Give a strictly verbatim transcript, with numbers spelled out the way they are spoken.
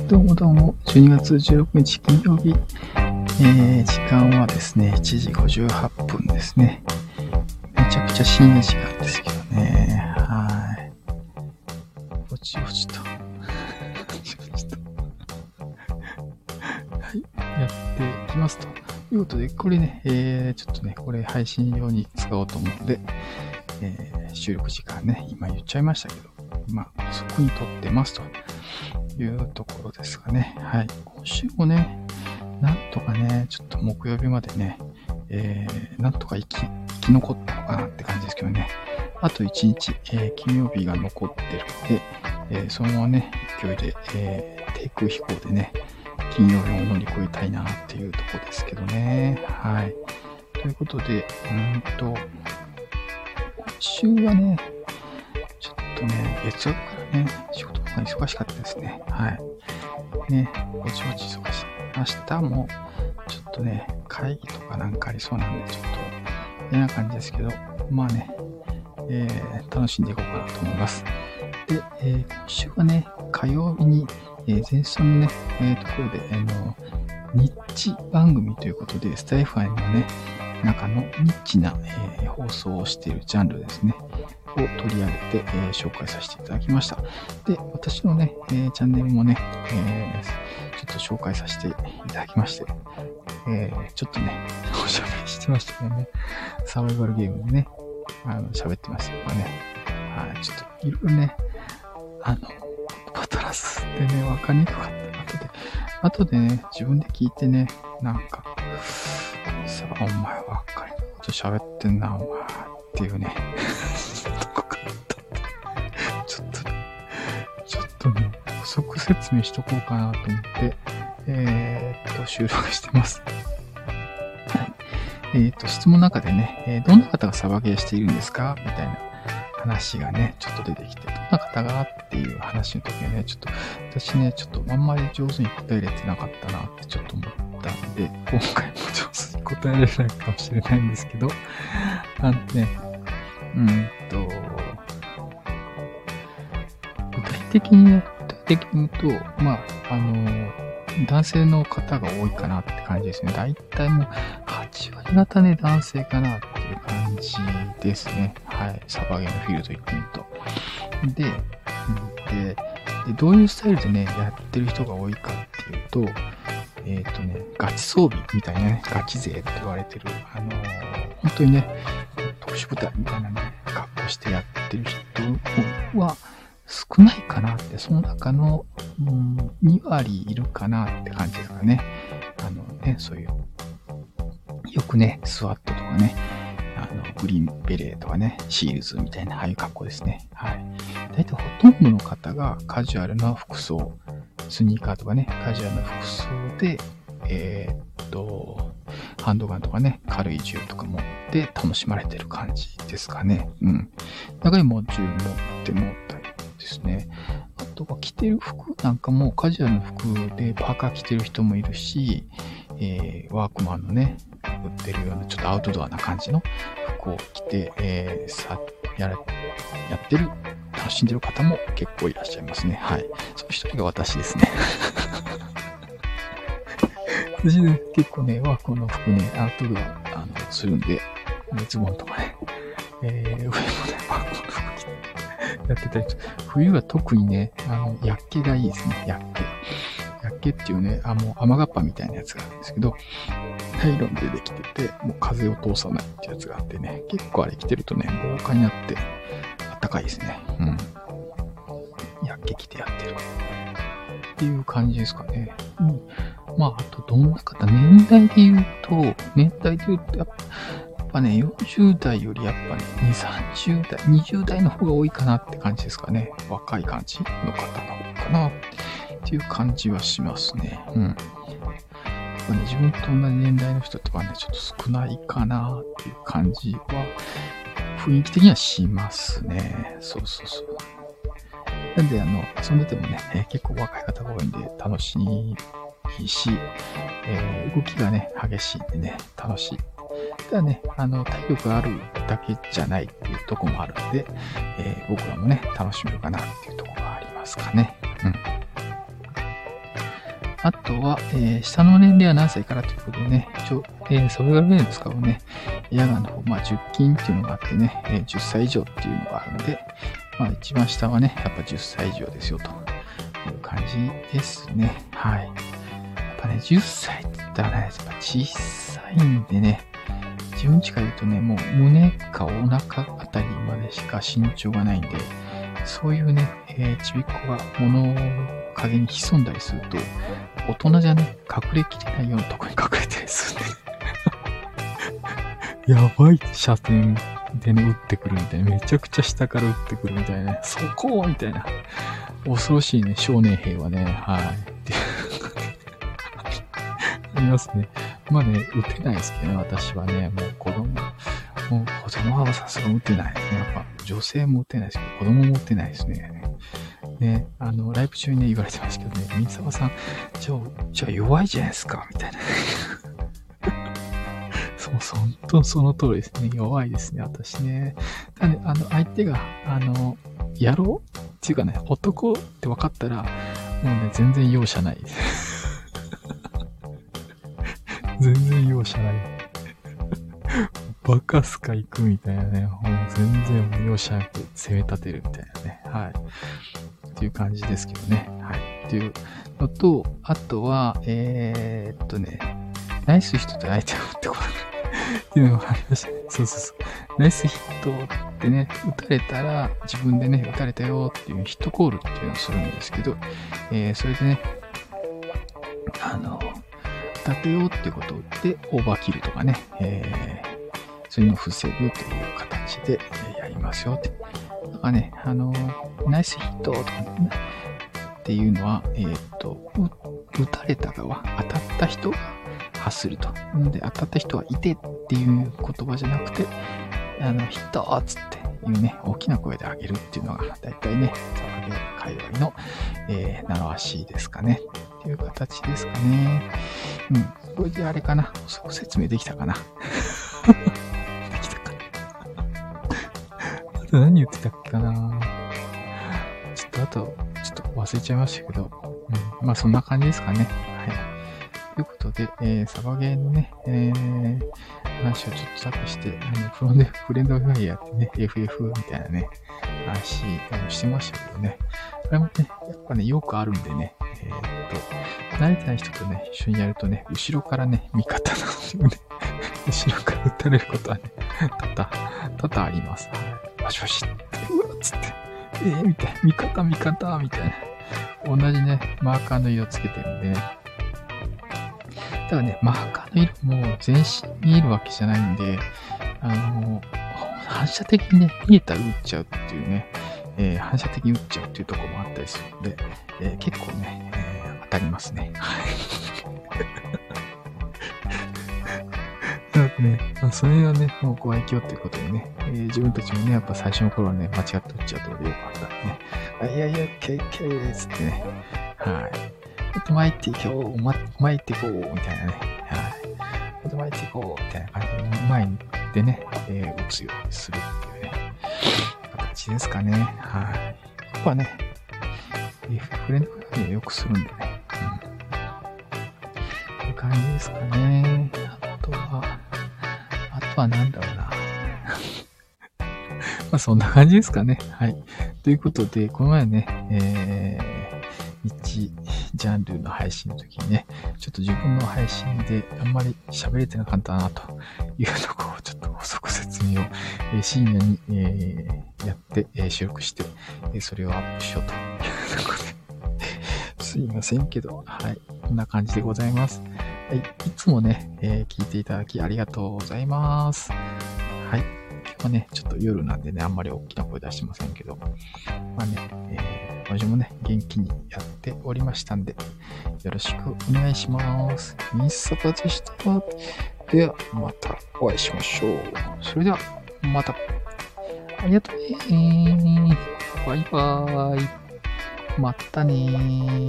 どうもどうも、じゅうにがつじゅうろくにち金曜日、えー、時間はですね、いちじごじゅうはっぷんですね。めちゃくちゃ深夜時間ですけどね。はい。ぼちぼちと。ぼちぼちと。はい。やっていきますと。ということで、これね、えー、ちょっとね、これ配信用に使おうと思うので、えー、収録時間ね、今言っちゃいましたけど、今、遅くに撮ってますというところですかね。はい。今週もね、なんとかね、ちょっと木曜日までね、えー、なんとか生き、生き残ったのかなって感じですけどね。あといちにち、えー、金曜日が残ってるので、えー、そのままね、勢いで、えー、低空飛行でね、金曜日を乗り越えたいなっていうところですけどね。はい。ということで、うーんと、今週はね、ちょっとね、月曜日からね、仕事が忙しかったですね。はい。ね、ぼちぼち忙しい。明日も、ちょっとね、会議とかなんかありそうなんで、ちょっと嫌な感じですけど、まあね、えー、楽しんでいこうかなと思います。で、えー、今週はね、火曜日に、えー、前奏のね、えー、ところで、あの、ニッチ番組ということで、スタイファイのね、中のニッチな、えー、放送をしているジャンルですね、を取り上げて、えー、紹介させていただきました。で、私のね、えー、チャンネルもね、えー、ちょっと紹介させていただきまして、えー、ちょっとね、おしゃべりしてましたけどね、サバイバルゲームでね、あの、喋ってましたけどね、はい、ちょっといろいろね、あの、バトラスでね、わかりにくかった。後で、後でね、自分で聞いてね、なんか、さあ、お前わかりにくいこと喋ってんな、お前、っていうね、とこかった。ちょっとね、ちょっとね、補足説明しとこうかなと思って、えー、っと、収録してます。はい。えー、っと、質問の中でね、えー、どんな方がサバゲーしているんですかみたいな話がね、ちょっと出てきて、どんな方がっていう話の時はね、ちょっと、私ね、ちょっとあんまり上手に答えれてなかったなってちょっと思ったんで、今回も上手に答えられないかもしれないんですけど、あのね、うーんと、具体的にね、具体的に言うと、まあ、あの、男性の方が多いかなって感じですね。だいたいもうはちわり方ね、男性かなっていう感じですね。はい。サバゲーのフィールド行ってみると。で、で、でどういうスタイルでね、やってる人が多いかっていうと、えっとね、ガチ装備みたいなね、ガチ勢って言われてる、あのー、本当にね、特殊部隊みたいなね、格好してやってる人は少ないかなって、その中の、うん、にわりいるかなって感じですかね。あのね、そういう、よくね、スワットとかね、あの、グリーンベレーとかね、シールズみたいな、ああいう格好ですね。はい。大体ほとんどの方がカジュアルな服装、スニーカーとかね、カジュアルな服装で、えー、っと、ハンドガンとかね、軽い銃とか持って楽しまれてる感じですかね。うん。長いも銃持ってもったりですね。あとは着てる服なんかもカジュアルな服でパーカー着てる人もいるし、えー、ワークマンのね、売ってるようなちょっとアウトドアな感じの服を着て、えー、さ、やら、やってる、楽しんでる方も結構いらっしゃいますね。はい。その一人が私ですね。私ね、結構ね、ワークの服ね、アウトドア、あの、するんで、ズボンとかね、えー、上もね、ワークの服着てやってたり、冬は特にね、あの、ヤッケがいいですね、ヤッケ。ヤッケっていうね、あ、もう雨がっぱみたいなやつがあるんですけど、ナイロンでできてて、もう風を通さないってやつがあってね、結構あれ着てるとね、防寒になってあったかいですね。うん。ヤッケ着てやってる。っていう感じですかね。うん。まあ、あとどんな方、年代で言うと、年代で言うと、やっぱ、やっぱね、よんじゅうだいよりやっぱね、に、さんじゅうだい、にじゅうだいの方が多いかなって感じですかね。若い感じの方が多いかなっていう感じはしますね。うん。やっぱね、自分と同じ年代の人とかね、ちょっと少ないかなっていう感じは、雰囲気的にはしますね。そうそうそう。なんで、あの、遊んでてもね、えー、結構若い方が多いんで楽しいし、えー、動きがね、激しいんでね、楽しい。ただね、あの、体力があるだけじゃないっていうところもあるんで、えー、僕らもね、楽しめるかなっていうところがありますかね。うん。 あとは、えー、下の年齢は何歳からということでね、一応、えー、サバイバルゲーム使うね、ヤガの方、まあ、じゅっきんっていうのがあってね、えー、じゅっさい以上っていうのがあるので、まあ、一番下はね、やっぱじゅっさい以上ですよ、という感じですね。はい。やっぱね、じゅっさいって言ったらね、やっぱ小さいんでね、自分ちから言うとね、もう胸かお腹あたりまでしか身長がないんで、そういうね、えー、ちびっこが物陰に潜んだりすると、大人じゃね、隠れきれないようなところに隠れたりするんで、やばい射程でね、撃ってくるみたいな、めちゃくちゃ下から撃ってくるみたいな、ね、そこみたいな、恐ろしいね、少年兵はね、はい。ありますね。まあね、撃てないですけどね、私はね、もう子供、もう子供はさすが撃てないですね。やっぱ女性も撃てないですけど、子供も撃てないですね。ね、あの、ライブ中にね、言われてますけどね、みさわさん、じゃあ、じゃあ弱いじゃないですか、みたいな。そう、本当その通りですね。弱いですね、私ね。ただね、あの、相手が、あの、野郎っていうかね、男って分かったら、もうね、全然容赦ない。全然容赦ない。バカスカ行くみたいなね。もう全然容赦なく攻め立てるみたいなね。はい。っていう感じですけどね。はい。っていうのと、あとは、えー、っとね、ナイスヒットで相手を打ってこないっていうのがありましたね。そうそうそう。ナイスヒットってね、打たれたら、自分でね、打たれたよっていうヒットコールっていうのをするんですけど、えー、それでね、あの、立てようっていうことを言って、オーバーキルとかね、えー、そういうのを防ぐという形でやりますよって。だからね、あの、ナイスヒットとかね、っていうのは、えー、っと、打たれた側、当たった人が発すると。で、当たった人はいてっていう言葉じゃなくて、あの、ヒットっつっていうね、大きな声で上げるっていうのが、だいたいね、界隈の、えー、習わしいですかね。っていう形ですかね。うん。これであれかな。そう説明できたかな。できたかな。あと何言ってたっけかな。ちょっとあと、ちょっと忘れちゃいましたけど。うん、まあそんな感じですかね。はい。ということで、えー、サバゲーのね、えー、話をちょっとさっきして、あのフロンデフレンドファイヤーってね、エフエフ みたいなね、話をしてましたけどね。これもね、やっぱね、よくあるんでね、えー、っと、慣れてない人とね、一緒にやるとね、後ろからね、味方なんですよね。後ろから撃たれることはね、多々、多々あります。バシバシって、うわっつって、えー、みたいな、味方味方みたいな。同じね、マーカーの色つけてるんでね。ただね、マーカーの色も全身見えるわけじゃないんで、あの、反射的にね、見えたら撃っちゃうっていうね、えー、反射的に撃っちゃうっていうところもあったりするので、えー、結構ね、えー、当たりますね。はい。なのでね、まあ、それがね、もうご愛嬌っていうことでね、えー、自分たちもね、やっぱ最初の頃はね、間違って撃っちゃうところでよくあったんでね、あいやいや、ケーケーですってね、はい。ちょっと前行っていこう、前行っていこう、みたいなね、はい。ちょっと前行っていこう、みたいな感じで、前に行ってね、えー、撃つようにするっていうね、形ですかね。はい。ここはね、フレンドフライよくするんでね。うん。いう感じですかね。あとは、あとはなんだろうな。まあそんな感じですかね。はい。ということで、この前ね、えー、一ジャンルの配信の時にね、ちょっと自分の配信であんまり喋れてなかったなというところをちょっと補足説明を、えー、深夜に、えー、やって、えー、収録して、えー、それをアップしようというところで、すいませんけど、はい、こんな感じでございます。はい、いつもね、えー、聞いていただきありがとうございます。はい、今日はね、ちょっと夜なんでね、あんまり大きな声出してませんけど、まあね、えー、私もね、元気にやっておりましたんで、よろしくお願いします。ミスサバでした。では、またお会いしましょう。それでは、また。ありがとうね。バイバーイ。またねー。